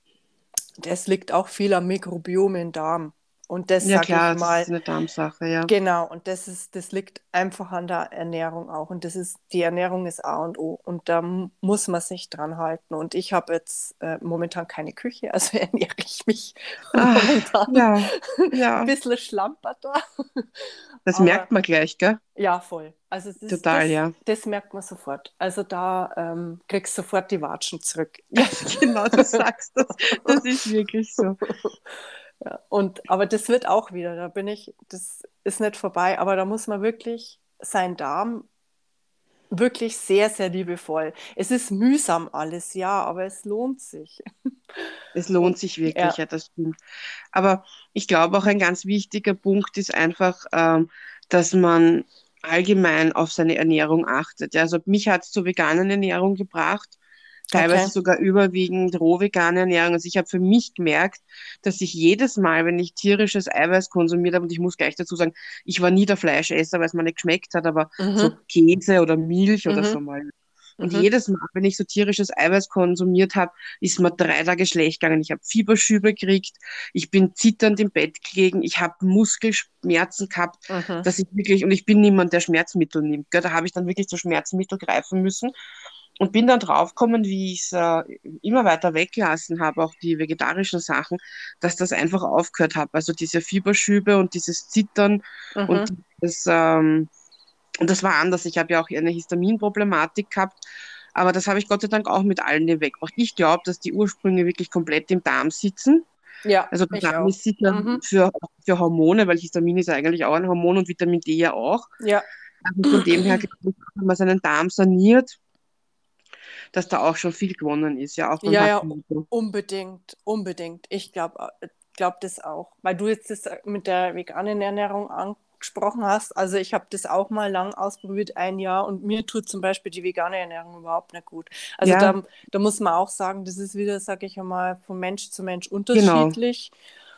Das liegt auch viel am Mikrobiom im Darm. Und das Ja sage ich klar, das ist mal, eine Darmsache, ja. genau, und das ist, das liegt einfach an der Ernährung auch. Und das ist, die Ernährung ist A und O. Und da m- muss man sich dran halten. Und ich habe jetzt äh, momentan keine Küche, also ernähre ich mich Ah, momentan ja, ein ja. bisschen schlampert da. Das Aber merkt man gleich, gell? ja, voll. Also das, Total, das, ja. das merkt man sofort. Also da ähm, kriegst du sofort die Watschen zurück. Ja, genau, du sagst das. Das ist wirklich so. Ja, und, aber das wird auch wieder, da bin ich, das ist nicht vorbei, aber da muss man wirklich seinen Darm wirklich sehr, sehr liebevoll. Es ist mühsam alles, ja, aber es lohnt sich. Es Und lohnt sich wirklich, ja, ja, das stimmt. Aber ich glaube auch ein ganz wichtiger Punkt ist einfach, ähm, dass man allgemein auf seine Ernährung achtet. Ja, also mich hat es zur veganen Ernährung gebracht, teilweise okay. sogar überwiegend roh-vegane Ernährung. Also ich habe für mich gemerkt, dass ich jedes Mal, wenn ich tierisches Eiweiß konsumiert habe, und ich muss gleich dazu sagen, ich war nie der Fleischesser, weil es mir nicht geschmeckt hat, aber so Mhm, Käse oder Milch oder mhm, so mal. Und mhm. jedes Mal, wenn ich so tierisches Eiweiß konsumiert habe, ist mir drei Tage schlecht gegangen. Ich habe Fieberschübe gekriegt, ich bin zitternd im Bett gelegen, ich habe Muskelschmerzen gehabt, Mhm. dass ich wirklich, und ich bin niemand, der Schmerzmittel nimmt. Gell? Da habe ich dann wirklich zu Schmerzmittel greifen müssen und bin dann draufgekommen, wie ich es äh, immer weiter weglassen habe, auch die vegetarischen Sachen, dass das einfach aufgehört habe. Also diese Fieberschübe und dieses Zittern und Mhm. dieses, ähm, und das war anders. Ich habe ja auch eine Histaminproblematik gehabt, aber das habe ich Gott sei Dank auch mit allen hinweggebracht. Ich glaube, dass die Ursprünge wirklich komplett im Darm sitzen. Ja, Also der ich Darm auch. ist sicher Mhm. für, für Hormone, weil Histamin ist ja eigentlich auch ein Hormon und Vitamin D ja auch. Ja. Also von dem her, glaube ich, wenn man seinen Darm saniert, dass da auch schon viel gewonnen ist, ja, auch beim Ja, ja, Hashimoto. unbedingt, unbedingt. Ich glaube glaub das auch. Weil du jetzt das mit der veganen Ernährung angesprochen hast. Also ich habe das auch mal lang ausprobiert, ein Jahr, und mir tut zum Beispiel die vegane Ernährung überhaupt nicht gut. Also Ja, da, da muss man auch sagen, das ist wieder, sage ich einmal, von Mensch zu Mensch genau, unterschiedlich.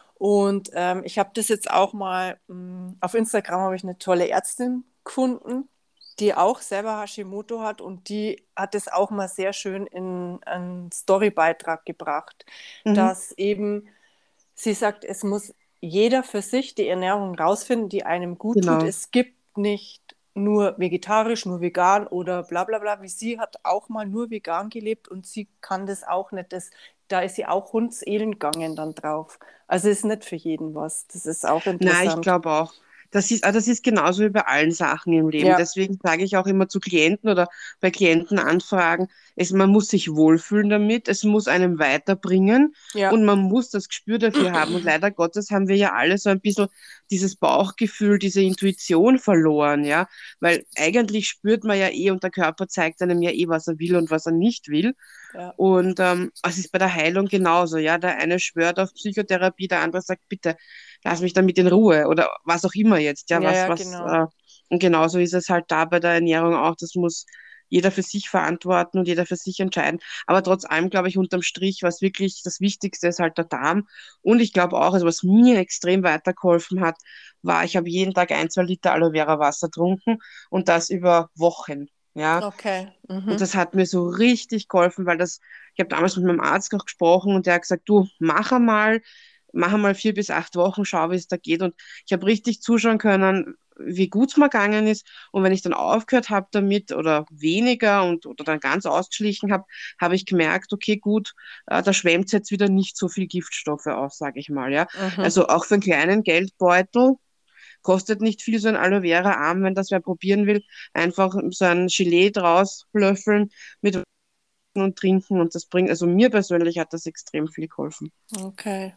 Und ähm, ich habe das jetzt auch mal, mh, auf Instagram habe ich eine tolle Ärztin gefunden, die auch selber Hashimoto hat, und die hat es auch mal sehr schön in einen Storybeitrag gebracht, mhm, dass eben, sie sagt, es muss jeder für sich die Ernährung rausfinden, die einem gut tut. genau. Es gibt nicht nur vegetarisch, nur vegan oder bla bla bla, wie sie hat auch mal nur vegan gelebt und sie kann das auch nicht. Das, da ist sie auch hundselend gegangen dann drauf. Also ist nicht für jeden was. Das ist auch Na, ich interessant. glaube auch. Das ist, ah, das ist genauso wie bei allen Sachen im Leben. Ja, Deswegen sage ich auch immer zu Klienten oder bei Klientenanfragen, es, man muss sich wohlfühlen damit, es muss einem weiterbringen ja, und man muss das Gespür dafür haben. Und leider Gottes haben wir ja alle so ein bisschen dieses Bauchgefühl, diese Intuition verloren, ja. Weil eigentlich spürt man ja eh und der Körper zeigt einem ja eh, was er will und was er nicht will. ja, Und ähm, es ist bei der Heilung genauso, ja. Der eine schwört auf Psychotherapie, der andere sagt, bitte lass mich damit in Ruhe oder was auch immer jetzt, ja, ja, was, ja, was, genau. äh, und genauso ist es halt da bei der Ernährung auch, das muss jeder für sich verantworten und jeder für sich entscheiden. Aber trotz allem, glaube ich, unterm Strich, was wirklich das Wichtigste ist, halt der Darm. Und ich glaube auch, also was mir extrem weitergeholfen hat, war, ich habe jeden Tag ein, zwei Liter Aloe Vera Wasser getrunken und das über Wochen. Ja, Okay. und Mhm. das hat mir so richtig geholfen, weil das, ich habe damals mit meinem Arzt noch gesprochen und der hat gesagt, du, mach einmal, mach einmal vier bis acht Wochen, schau, wie es da geht. Und ich habe richtig zuschauen können, wie gut es mir gegangen ist. Und wenn ich dann aufgehört habe damit oder weniger und oder dann ganz ausgeschlichen habe, habe ich gemerkt, okay, gut, äh, da schwemmt jetzt wieder nicht so viel Giftstoffe auf, sage ich mal, ja. Mhm. Also auch für einen kleinen Geldbeutel kostet nicht viel so ein Aloe Vera Arm, wenn das wer probieren will. Einfach so ein Gelee draus löffeln mit Wasser und trinken und das bringt, also mir persönlich hat das extrem viel geholfen. Okay.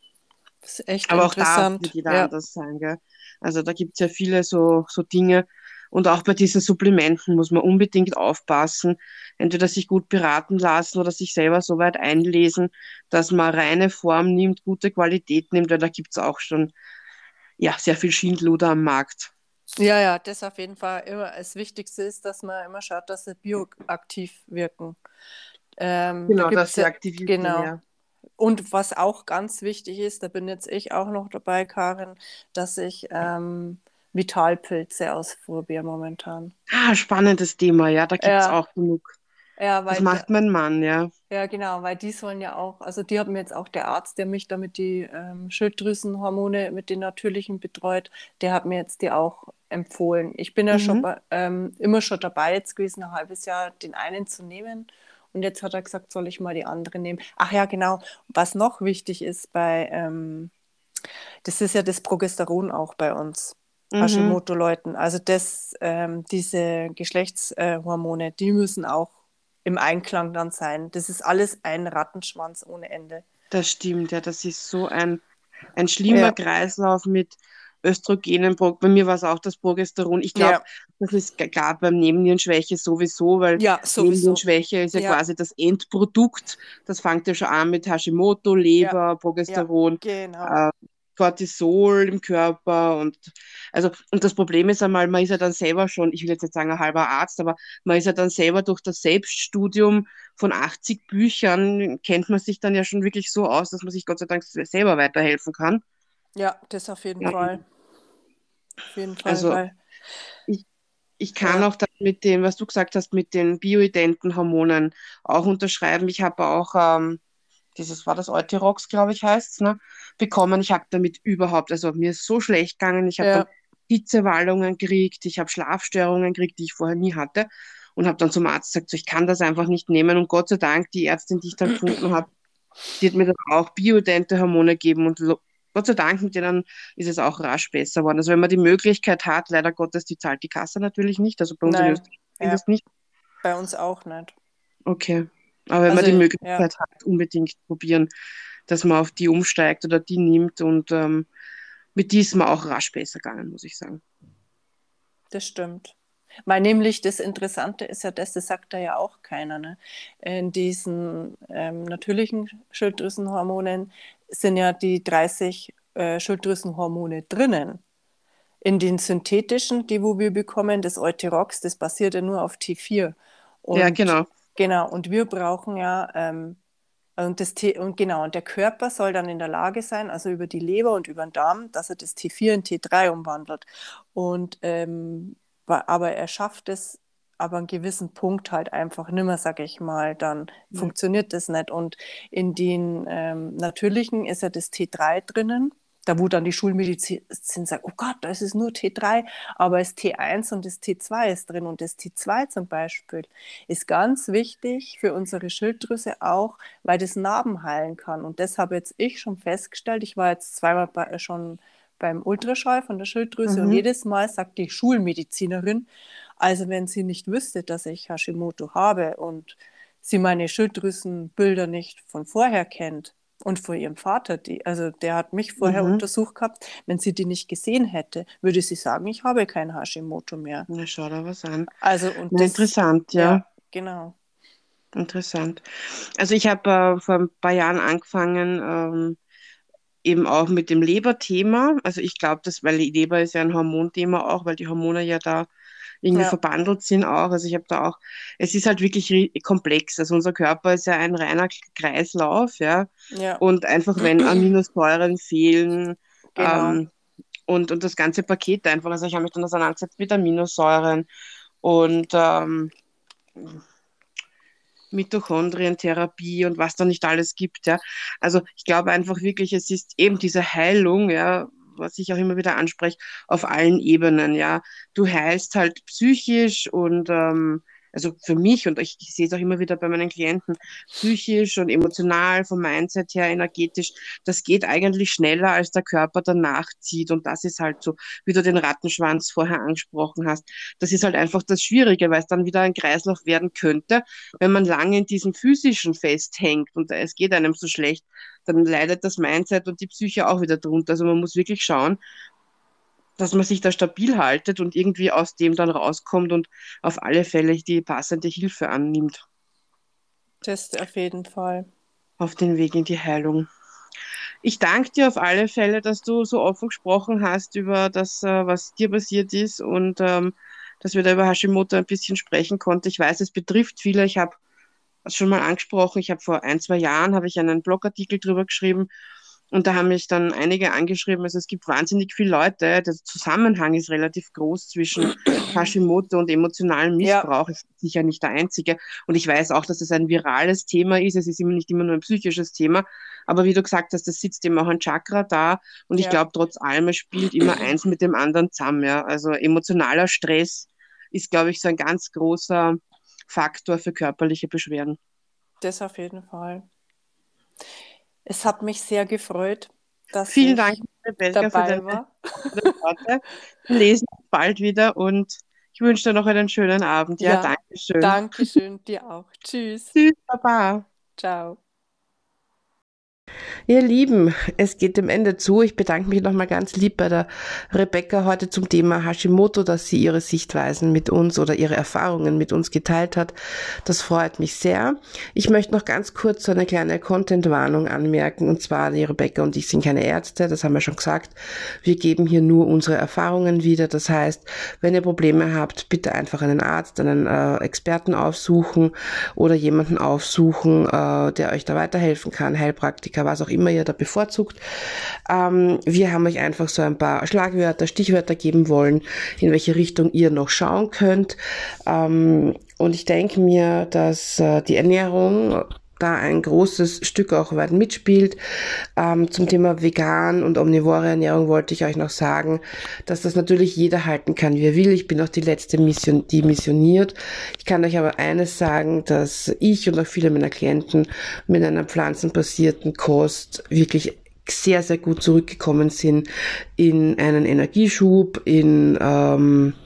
Das ist echt Aber auch da wird interessant. jeder Ja. anders sein, gell? Also da gibt es ja viele so, so Dinge. Und auch bei diesen Supplementen muss man unbedingt aufpassen, entweder sich gut beraten lassen oder sich selber so weit einlesen, dass man reine Form nimmt, gute Qualität nimmt, weil da gibt es auch schon ja, sehr viel Schindluder am Markt. Ja, ja, das auf jeden Fall immer. Das Wichtigste ist, dass man immer schaut, dass sie bioaktiv wirken. Ähm, da Genau, gibt dass es sie ja, aktiviert sind, genau. ja. Und was auch ganz wichtig ist, da bin jetzt ich auch noch dabei, Karin, dass ich ähm, Vitalpilze ausprobiere momentan. Ah, spannendes Thema, ja, da gibt's Ja, auch genug. ja, Das weil macht mein Mann, ja. Ja, genau, weil die sollen ja auch, also die haben jetzt auch der Arzt, der mich damit die ähm, Schilddrüsenhormone mit den natürlichen betreut, der hat mir jetzt die auch empfohlen. Ich bin ja schon Mhm. bei, ähm, immer schon dabei jetzt gewesen, ein halbes Jahr den einen zu nehmen. Und jetzt hat er gesagt, soll ich mal die andere nehmen. Ach ja, genau. Was noch wichtig ist bei, ähm, das ist ja das Progesteron auch bei uns, Mhm. Hashimoto-Leuten. Also das, ähm, diese Geschlechtshormone, die müssen auch im Einklang dann sein. Das ist alles ein Rattenschwanz ohne Ende. Das stimmt, ja, das ist so ein, ein schlimmer Ja, Kreislauf mit Östrogenen. Pro- Bei mir war es auch das Progesteron. Ich glaube, ja, das ist g- gerade beim Nebennierenschwäche sowieso, weil ja, sowieso. Nebennierenschwäche ist ja Ja, quasi das Endprodukt. Das fängt ja schon an mit Hashimoto, ja, Leber, ja, Progesteron, genau. äh, Cortisol im Körper und also und das Problem ist einmal, man ist ja dann selber schon, ich will jetzt nicht sagen ein halber Arzt, aber man ist ja dann selber durch das Selbststudium von achtzig Büchern kennt man sich dann ja schon wirklich so aus, dass man sich Gott sei Dank selber weiterhelfen kann. Ja, das auf jeden Ja, Fall. Auf jeden Fall, also weil, ich, ich kann ja, auch das mit den, was du gesagt hast, mit den bioidenten Hormonen auch unterschreiben. Ich habe auch ähm, dieses, war das Euthyrox, glaube ich, heißt ne, bekommen. Ich habe damit überhaupt, also mir ist so schlecht gegangen. Ich habe dann ja, Hitzewallungen gekriegt, ich habe Schlafstörungen gekriegt, die ich vorher nie hatte. Und habe dann zum Arzt gesagt, so, ich kann das einfach nicht nehmen. Und Gott sei Dank, die Ärztin, die ich dann gefunden habe, die hat mir dann auch bioidente Hormone gegeben und lo- Gott sei Dank mit denen ist es auch rasch besser geworden. Also wenn man die Möglichkeit hat, leider Gottes, die zahlt die Kasse natürlich nicht, also bei uns in nein, Österreich ja, zumindest nicht. bei uns auch nicht. Okay. Aber wenn man Also, die ja, Möglichkeit hat, unbedingt probieren, dass man auf die umsteigt oder die nimmt und ähm, mit die ist man auch rasch besser gegangen, muss ich sagen. das stimmt. Weil nämlich das Interessante ist ja das, das sagt da ja auch keiner. Ne? In diesen ähm, natürlichen Schilddrüsenhormonen sind ja die dreißig äh, Schilddrüsenhormone drinnen. In den synthetischen, die wo wir bekommen, das Euthyrox, das basiert ja nur auf T vier. Ja, Und genau. genau, und wir brauchen ja, ähm, und, das T, und genau, und der Körper soll dann in der Lage sein, also über die Leber und über den Darm, dass er das T vier in T drei umwandelt. Und ähm, aber er schafft es aber einen gewissen Punkt halt einfach nimmer, sag ich mal, dann Ja. funktioniert das nicht. Und in den ähm, natürlichen ist ja das T drei drinnen, da wo dann die Schulmedizin sagt, oh Gott, da ist es nur T drei, aber das T eins und das T zwei ist drin. Und das T zwei zum Beispiel ist ganz wichtig für unsere Schilddrüse auch, weil das Narben heilen kann. Und das habe jetzt ich schon festgestellt. Ich war jetzt zweimal bei, schon beim Ultraschall von der Schilddrüse und Mhm. jedes Mal sagt die Schulmedizinerin, also wenn sie nicht wüsste, dass ich Hashimoto habe und sie meine Schilddrüsenbilder nicht von vorher kennt und von ihrem Vater, die, also der hat mich vorher Mhm. untersucht gehabt, wenn sie die nicht gesehen hätte, würde sie sagen, ich habe kein Hashimoto mehr. Na, schau da was an. Also und Na, das, interessant, ja, ja. genau. Interessant. Also ich habe äh, vor ein paar Jahren angefangen, ähm, eben auch mit dem Leberthema. Also ich glaube, dass, weil die Leber ist ja ein Hormonthema auch, weil die Hormone ja da irgendwie Ja, verbandelt sind auch. Also ich habe da auch, es ist halt wirklich ri- komplex. Also unser Körper ist ja ein reiner Kreislauf, ja. ja, Und einfach, wenn Aminosäuren fehlen, genau. ähm, und, und das ganze Paket einfach. Also ich habe mich dann auseinandergesetzt mit Aminosäuren und ähm, Mitochondrientherapie und was da nicht alles gibt, ja. Also ich glaube einfach wirklich, es ist eben diese Heilung, ja, was ich auch immer wieder anspreche, auf allen Ebenen, ja. Du heilst halt psychisch und ähm, also für mich und ich, ich sehe es auch immer wieder bei meinen Klienten, psychisch und emotional, vom Mindset her, energetisch, das geht eigentlich schneller, als der Körper danach zieht. Und das ist halt so, wie du den Rattenschwanz vorher angesprochen hast. Das ist halt einfach das Schwierige, weil es dann wieder ein Kreislauf werden könnte, wenn man lange in diesem physischen festhängt und es geht einem so schlecht, dann leidet das Mindset und die Psyche auch wieder drunter. Also man muss wirklich schauen, dass man sich da stabil haltet und irgendwie aus dem dann rauskommt und auf alle Fälle die passende Hilfe annimmt Das auf jeden Fall. auf den Weg in die Heilung. Ich danke dir auf alle Fälle, dass du so offen gesprochen hast über das, äh, was dir passiert ist und ähm, dass wir da über Hashimoto ein bisschen sprechen konnten. Ich weiß, es betrifft viele. Ich habe das schon mal angesprochen. Ich habe vor ein, zwei Jahren habe ich einen Blogartikel drüber geschrieben und da haben mich dann einige angeschrieben. Also es gibt wahnsinnig viele Leute. Der Zusammenhang ist relativ groß zwischen Hashimoto und emotionalem Ja, Missbrauch. Ich bin sicher nicht der Einzige. Und ich weiß auch, dass es ein virales Thema ist. Es ist immer nicht immer nur ein psychisches Thema. Aber wie du gesagt hast, das sitzt eben auch ein Chakra da. Und ich ja, glaube, trotz allem, es spielt immer eins mit dem anderen zusammen. Ja. Also emotionaler Stress ist, glaube ich, so ein ganz großer Faktor für körperliche Beschwerden. das auf jeden Fall. Es hat mich sehr gefreut, dass Vielen Dank, ich Rebecca, für deine dabei war. Worte. Wir lesen uns bald wieder und ich wünsche dir noch einen schönen Abend. Ja, Ja, danke schön. danke schön, dir auch. Tschüss. Tschüss, Baba. Ciao. Ihr Lieben, es geht dem Ende zu. Ich bedanke mich nochmal ganz lieb bei der Rebecca heute zum Thema Hashimoto, dass sie ihre Sichtweisen mit uns oder ihre Erfahrungen mit uns geteilt hat. Das freut mich sehr. Ich möchte noch ganz kurz so eine kleine Content-Warnung anmerken. Und zwar, die Rebecca und ich sind keine Ärzte, das haben wir schon gesagt. Wir geben hier nur unsere Erfahrungen wieder. Das heißt, wenn ihr Probleme habt, bitte einfach einen Arzt, einen äh, Experten aufsuchen oder jemanden aufsuchen, äh, der euch da weiterhelfen kann, Heilpraktiker, was auch immer ihr da bevorzugt. Ähm, wir haben euch einfach so ein paar Schlagwörter, Stichwörter geben wollen, in welche Richtung ihr noch schauen könnt. Ähm, und ich denke mir, dass äh, die Ernährung da ein großes Stück auch weit mitspielt. Ähm, zum Thema vegan und omnivore Ernährung wollte ich euch noch sagen, dass das natürlich jeder halten kann, wie er will. Ich bin auch die letzte Mission, die missioniert. Ich kann euch aber eines sagen, dass ich und auch viele meiner Klienten mit einer pflanzenbasierten Kost wirklich sehr, sehr gut zurückgekommen sind in einen Energieschub, in ähm,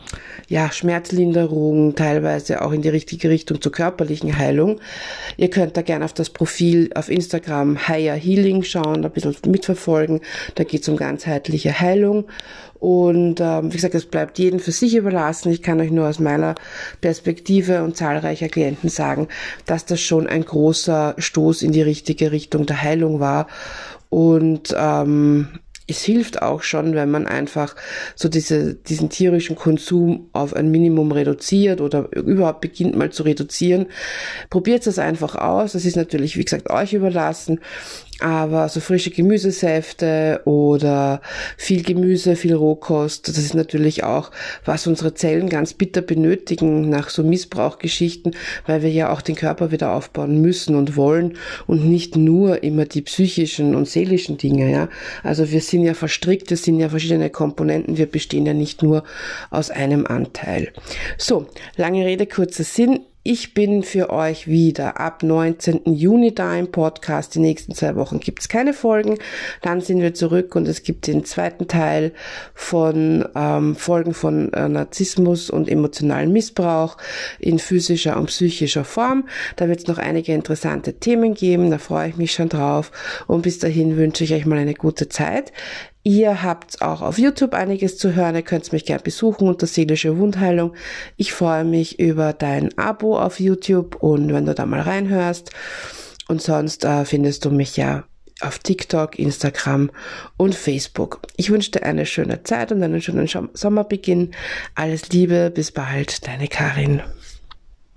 ja, Schmerzlinderung, teilweise auch in die richtige Richtung zur körperlichen Heilung. Ihr könnt da gerne auf das Profil auf Instagram Higher Healing schauen, ein bisschen mitverfolgen. Da geht es um ganzheitliche Heilung. Und ähm, wie gesagt, es bleibt jedem für sich überlassen. Ich kann euch nur aus meiner Perspektive und zahlreicher Klienten sagen, dass das schon ein großer Stoß in die richtige Richtung der Heilung war. Und ähm, es hilft auch schon, wenn man einfach so diese, diesen tierischen Konsum auf ein Minimum reduziert oder überhaupt beginnt mal zu reduzieren. Probiert es einfach aus. Das ist natürlich, wie gesagt, euch überlassen. Aber so frische Gemüsesäfte oder viel Gemüse, viel Rohkost, das ist natürlich auch, was unsere Zellen ganz bitter benötigen nach so Missbrauchgeschichten, weil wir ja auch den Körper wieder aufbauen müssen und wollen und nicht nur immer die psychischen und seelischen Dinge, ja. Also wir sind ja verstrickt, es sind ja verschiedene Komponenten, wir bestehen ja nicht nur aus einem Anteil. So, lange Rede, kurzer Sinn. Ich bin für euch wieder ab neunzehnten Juni da im Podcast. Die nächsten zwei Wochen gibt es keine Folgen. Dann sind wir zurück und es gibt den zweiten Teil von ähm, Folgen von äh, Narzissmus und emotionalen Missbrauch in physischer und psychischer Form. Da wird es noch einige interessante Themen geben. Da freue ich mich schon drauf. Und bis dahin wünsche ich euch mal eine gute Zeit. Ihr habt auch auf YouTube einiges zu hören. Ihr könnt mich gerne besuchen unter Seelische Wundheilung. Ich freue mich über dein Abo auf YouTube und wenn du da mal reinhörst. Und sonst äh, findest du mich ja auf TikTok, Instagram und Facebook. Ich wünsche dir eine schöne Zeit und einen schönen Sommerbeginn. Alles Liebe, bis bald, deine Karin.